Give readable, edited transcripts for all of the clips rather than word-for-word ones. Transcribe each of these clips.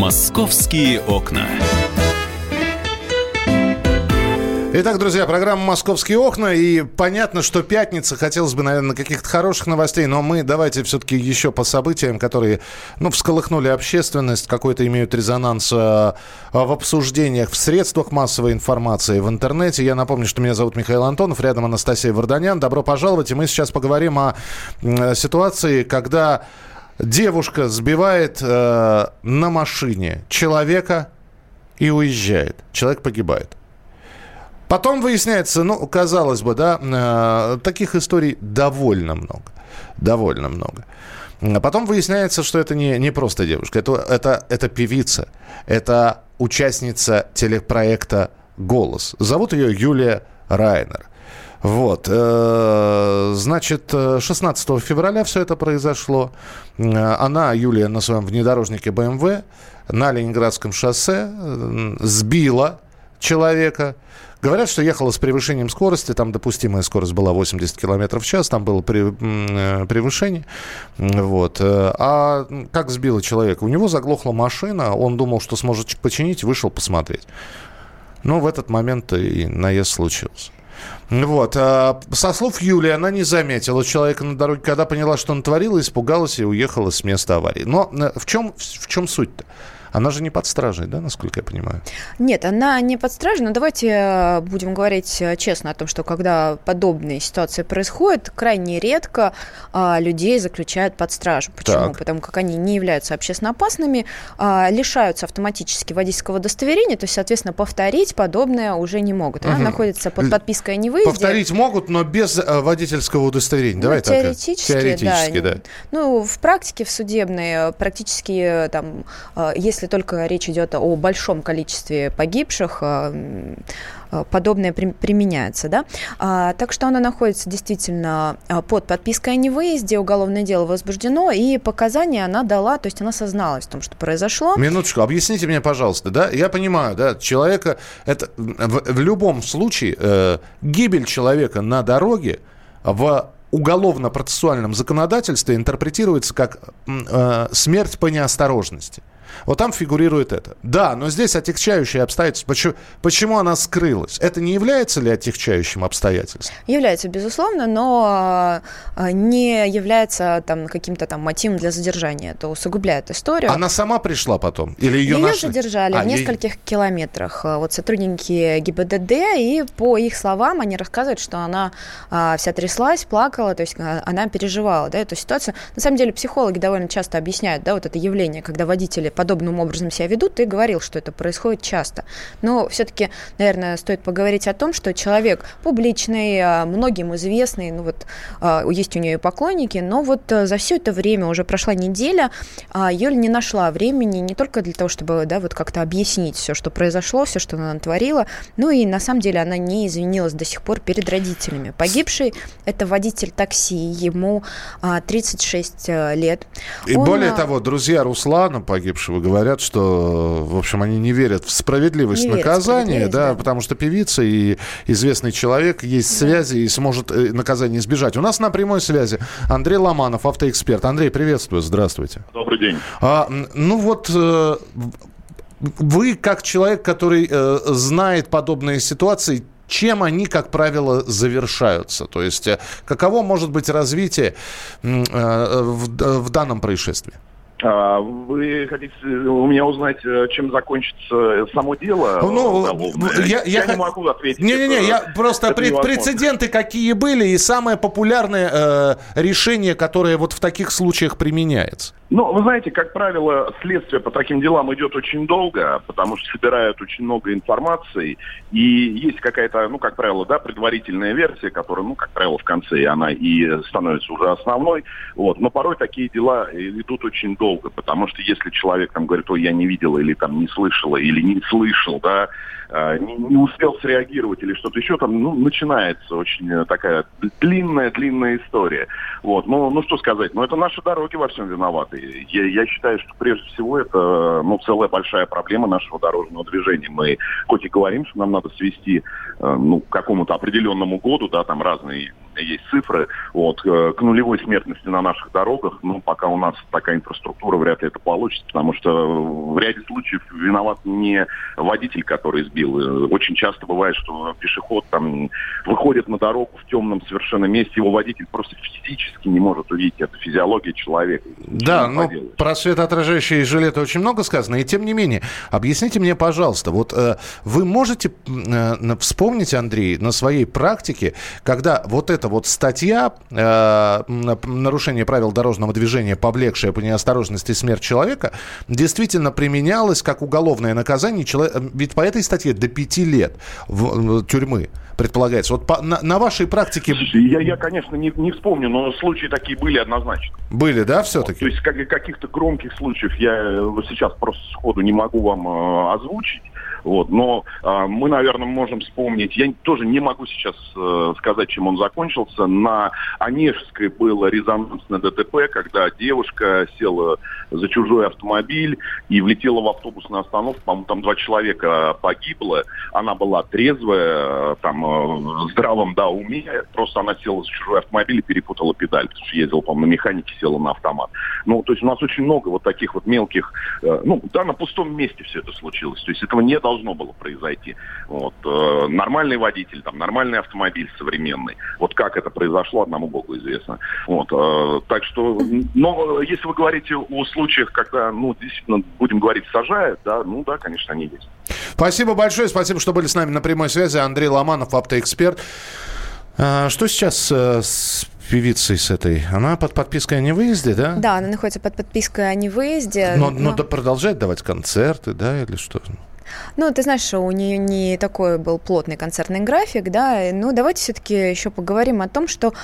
«Московские окна». Итак, друзья, программа «Московские окна». И понятно, что пятница. Хотелось бы, наверное, каких-то хороших новостей. Но мы давайте все-таки еще по событиям, которые, всколыхнули общественность, какой-то имеют резонанс в обсуждениях в средствах массовой информации, в интернете. Я напомню, что меня зовут Михаил Антонов, рядом Анастасия Варданян. Добро пожаловать. И мы сейчас поговорим о ситуации, когда девушка сбивает на машине человека и уезжает. Человек погибает. Потом выясняется, казалось бы, да, таких историй довольно много. Довольно много. Потом выясняется, что это не просто девушка, это певица, это участница телепроекта «Голос». Зовут ее Юлия Райнер. Вот. Значит, 16 февраля все это произошло. Она, Юлия, на своем внедорожнике BMW на Ленинградском шоссе сбила человека. Говорят, что ехала с превышением скорости, там допустимая скорость была 80 км в час, там было превышение. Вот. А как сбила человека? У него заглохла машина, он думал, что сможет починить, вышел посмотреть. Но в этот момент и наезд случился. Вот. Со слов Юлии, она не заметила человека на дороге, когда поняла, что он творил, испугалась и уехала с места аварии. Но в чем суть-то? Она же не под стражей, да, насколько я понимаю? Нет, она не под стражей, но давайте будем говорить честно о том, что когда подобные ситуации происходят, крайне редко людей заключают под стражу. Почему? Так. Потому как они не являются общественно опасными, лишаются автоматически водительского удостоверения, то есть, соответственно, повторить подобное уже не могут. Она находится под подпиской о невыезде. Повторить могут, но без водительского удостоверения. Давай теоретически, да. В практике, в судебной, практически там, если только речь идет о большом количестве погибших, подобное применяется, да. Так что она находится действительно под подпиской о невыезде, уголовное дело возбуждено, и показания она дала, то есть она созналась в том, что произошло. Минуточку, объясните мне, пожалуйста, да, я понимаю, да, человека, это в любом случае гибель человека на дороге в уголовно-процессуальном законодательстве интерпретируется как смерть по неосторожности. Вот там фигурирует это. Да, но здесь отягчающие обстоятельства. Почему она скрылась? Это не является ли отягчающим обстоятельством? Является, безусловно, но не является каким-то мотивом для задержания. Это усугубляет историю. Она сама пришла потом? Или ее нашли? Задержали в нескольких километрах. Вот сотрудники ГИБДД, и по их словам они рассказывают, что она вся тряслась, плакала, то есть она переживала, да, эту ситуацию. На самом деле психологи довольно часто объясняют, да, вот это явление, когда водители подобным образом себя ведут. Ты говорил, что это происходит часто. Но все-таки, наверное, стоит поговорить о том, что человек публичный, многим известный, есть у нее и поклонники, но вот за все это время, уже прошла неделя, Юля не нашла времени не только для того, чтобы, да, вот как-то объяснить все, что произошло, все, что она натворила, но и на самом деле она не извинилась до сих пор перед родителями. Погибший – это водитель такси, ему 36 лет. И более того, друзья Руслана погибшего говорят, что, в общем, они не верят в справедливость наказания, да, потому что певица и известный человек, есть связи и сможет наказание избежать. У нас на прямой связи Андрей Ломанов, автоэксперт. Андрей, приветствую, здравствуйте. Добрый день. Вы, как человек, который знает подобные ситуации, чем они, как правило, завершаются? То есть, каково может быть развитие в данном происшествии? Вы хотите у меня узнать, чем закончится само дело? Я не могу ответить. Я просто прецеденты какие были и самое популярное решение, которое вот в таких случаях применяется. Вы знаете, как правило, следствие по таким делам идет очень долго, потому что собирают очень много информации, и есть какая-то, как правило, да, предварительная версия, которая, как правило, в конце она и становится уже основной. Вот. Но порой такие дела идут очень долго, потому что если человек говорит, я не видел, или не слышала, или не слышал, да, не успел среагировать или что-то еще, начинается очень такая длинная история. Вот. Что сказать, это наши дороги во всем виноваты. Я считаю, что прежде всего это целая большая проблема нашего дорожного движения. Мы хоть и говорим, что нам надо свести к какому-то определенному году, да, там разные действительно есть цифры к нулевой смертности на наших дорогах. Но пока у нас такая инфраструктура, вряд ли это получится, потому что в ряде случаев виноват не водитель, который сбил. Очень часто бывает, что пешеход там выходит на дорогу в темном совершенно месте, его водитель просто физически не может увидеть. Это физиология человека. Да, про светоотражающие жилеты очень много сказано, и тем не менее, объясните мне, пожалуйста, вы можете вспомнить, Андрей, на своей практике, когда вот эта вот статья нарушение правил дорожного движения, повлекшая по неосторожности смерть человека, действительно применялась как уголовное наказание, ведь по этой статье до 5 лет тюрьмы предполагается. На вашей практике... Я, конечно, не вспомню, но случаи такие были однозначно. Были, да, все-таки? То есть каких-то громких случаев я сейчас просто сходу не могу вам озвучить. Но мы, наверное, можем вспомнить. Я тоже не могу сейчас сказать, чем он закончился. На Онежской было резонансное ДТП, когда девушка села за чужой автомобиль и влетела в автобусную остановку. По-моему, там 2 человека погибло. Она была трезвая, в здравом уме. Просто она села за чужой автомобиль и перепутала педаль. Потому что ездила, по-моему, на механике, села на автомат. То есть у нас очень много вот таких вот мелких... на пустом месте все это случилось. То есть этого не должно было произойти. Нормальный водитель, нормальный автомобиль современный. Как это произошло, одному Богу известно. Так что, но если вы говорите о случаях, когда, действительно, будем говорить, сажают, да, конечно, они есть. Спасибо большое, спасибо, что были с нами на прямой связи. Андрей Ломанов, автоэксперт. Что сейчас с певицей с этой? Она под подпиской о невыезде, да? Да, она находится под подпиской о невыезде. Но продолжает давать концерты, да, или что? Ты знаешь, у нее не такой был плотный концертный график, да, давайте все-таки еще поговорим о том, что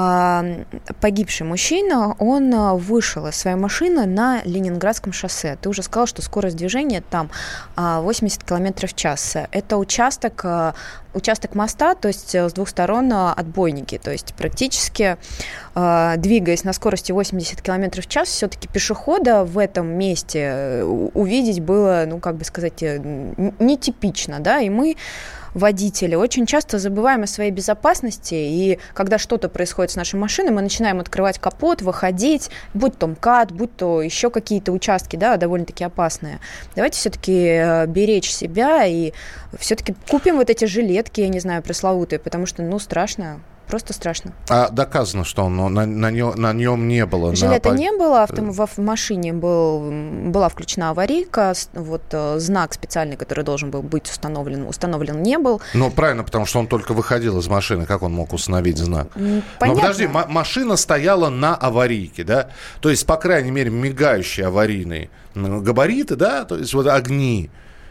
погибший мужчина, он вышел из своей машины на Ленинградском шоссе. Ты уже сказал, что скорость движения там 80 км в час. Это участок моста, то есть с двух сторон отбойники, то есть практически двигаясь на скорости 80 км в час, все-таки пешехода в этом месте увидеть было, нетипично, да, и мы, водители, очень часто забываем о своей безопасности, и когда что-то происходит с нашей машиной, мы начинаем открывать капот, выходить, будь то МКАД, будь то еще какие-то участки, да, довольно-таки опасные. Давайте все-таки беречь себя и все-таки купим вот эти жилетки, я не знаю, пресловутые, потому что, страшно. Просто страшно. А доказано, что на нем не было? Жилета не было, в машине была включена аварийка, знак специальный, который должен был быть установлен не был. Правильно, потому что он только выходил из машины, как он мог установить знак? Понятно. Но подожди, машина стояла на аварийке, да? То есть, по крайней мере, мигающие аварийные габариты, да? То есть, огни.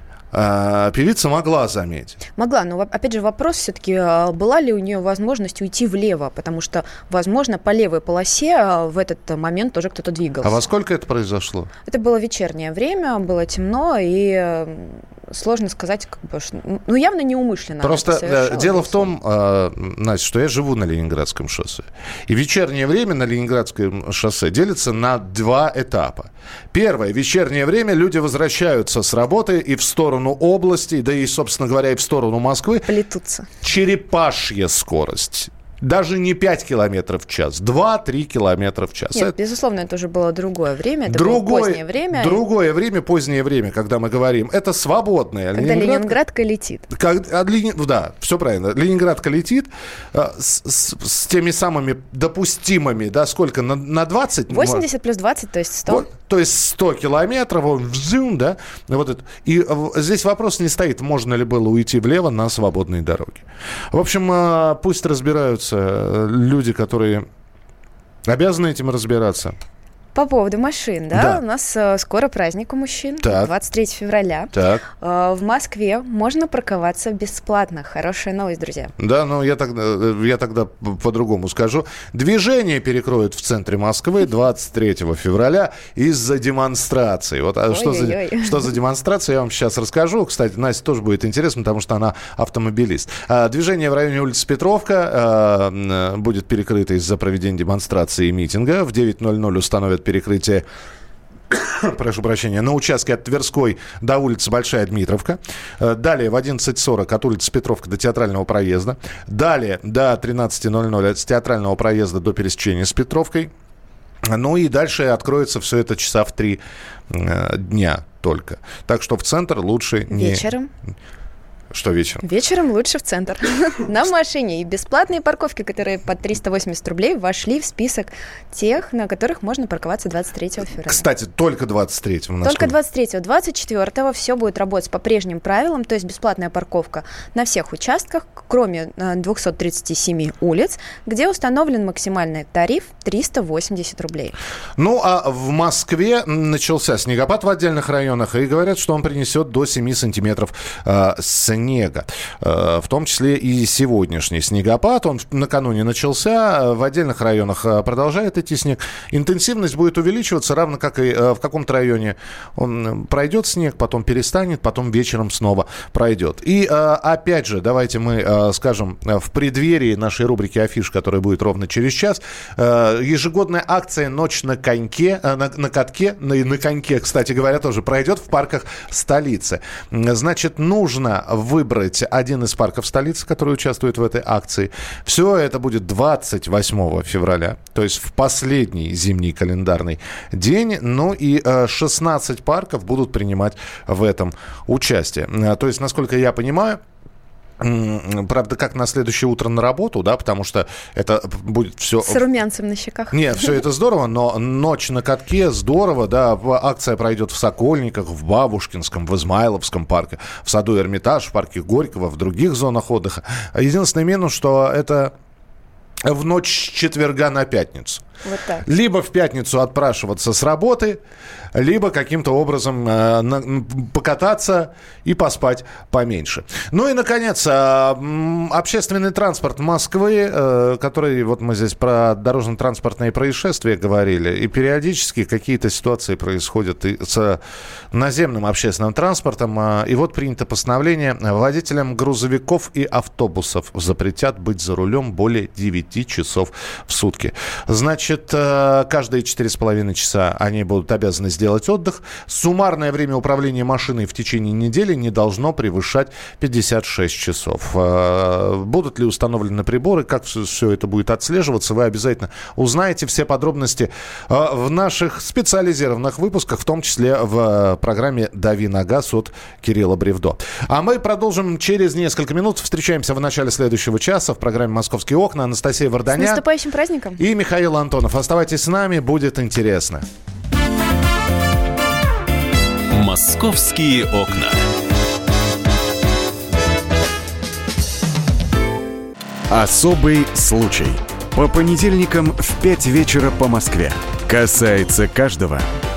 Певица могла заметить. Могла, но опять же вопрос все-таки, была ли у нее возможность уйти влево, потому что, возможно, по левой полосе в этот момент тоже кто-то двигался. А во сколько это произошло? Это было вечернее время, было темно, и сложно сказать, явно неумышленно. Просто дело в том, Настя, что я живу на Ленинградском шоссе. И вечернее время на Ленинградском шоссе делится на 2 этапа. Первое. Вечернее время люди возвращаются с работы и в сторону области, да и, собственно говоря, и в сторону Москвы. Плетутся. Черепашья скорость. Даже не 5 километров в час, 2-3 километра в час. Нет, безусловно, это уже было другое время, это было позднее время. Другое время, позднее время, когда мы говорим, это свободное. Когда Ленинградка летит. Да, все правильно. Ленинградка летит с теми самыми допустимыми, да, сколько, на 20? 80 плюс 20, то есть 100. То есть 100 километров, да, И здесь вопрос не стоит, можно ли было уйти влево на свободной дороге. В общем, пусть разбираются люди, которые обязаны этим разбираться. По поводу машин, да? У нас скоро праздник у мужчин, так. 23 февраля. Так. В Москве можно парковаться бесплатно. Хорошая новость, друзья. Да, я тогда по-другому скажу. Движение перекроют в центре Москвы 23 февраля из-за демонстрации. Что за демонстрация, я вам сейчас расскажу. Кстати, Насте тоже будет интересно, потому что она автомобилист. Движение в районе улицы Петровка будет перекрыто из-за проведения демонстрации и митинга. В 9:00 установят перекрытие прошу прощения, на участке от Тверской до улицы Большая Дмитровка. Далее в 11:40 от улицы Петровка до Театрального проезда. Далее до 13:00 с Театрального проезда до пересечения с Петровкой. Ну и дальше откроется все это часа в 3 дня только. Так что в центр лучше не... Вечером. Что вечером? Вечером лучше в центр. На машине. И бесплатные парковки, которые по 380 рублей, вошли в список тех, на которых можно парковаться 23 февраля. Кстати, только 23-го. Только 23-го. 24-го все будет работать по прежним правилам, то есть бесплатная парковка на всех участках, кроме 237 улиц, где установлен максимальный тариф 380 рублей. Ну, а в Москве начался снегопад в отдельных районах, и говорят, что он принесет до 7 сантиметров снега. В том числе и сегодняшний снегопад. Он накануне начался, в отдельных районах продолжает идти снег. Интенсивность будет увеличиваться, равно как и в каком-то районе он пройдет снег, потом перестанет, потом вечером снова пройдет. И опять же, давайте мы скажем, в преддверии нашей рубрики «Афиш», которая будет ровно через час, ежегодная акция «Ночь на коньке», на катке, на коньке, кстати говоря, тоже пройдет в парках столицы. Значит, нужно выбрать один из парков столицы, который участвует в этой акции. Все это будет 28 февраля, то есть в последний зимний календарный день. Ну и 16 парков будут принимать в этом участие. То есть, насколько я понимаю, правда, как на следующее утро на работу, да, потому что это будет все... С румянцем на щеках. Нет, все это здорово, но ночь на катке здорово, да, акция пройдет в Сокольниках, в Бабушкинском, в Измайловском парке, в саду Эрмитаж, в парке Горького, в других зонах отдыха. Единственный минус, что это в ночь с четверга на пятницу. Вот так. Либо в пятницу отпрашиваться с работы, либо каким-то образом покататься и поспать поменьше. Ну и, наконец, общественный транспорт Москвы, который, вот мы здесь про дорожно-транспортные происшествия говорили, и периодически какие-то ситуации происходят и с наземным общественным транспортом. И вот принято постановление: водителям грузовиков и автобусов запретят быть за рулем более 9 часов в сутки. Значит, каждые 4,5 часа они будут обязаны сделать отдых. Суммарное время управления машиной в течение недели не должно превышать 56 часов. Будут ли установлены приборы, как все это будет отслеживаться, вы обязательно узнаете все подробности в наших специализированных выпусках, в том числе в программе «Дави на газ» от Кирилла Бревдо. А мы продолжим через несколько минут. Встречаемся в начале следующего часа в программе «Московские окна». Анастасия Варданян. С наступающим праздником. И Михаил Антонов. Оставайтесь с нами, будет интересно. «Московские окна». Особый случай. По понедельникам в 5 вечера по Москве. Касается каждого.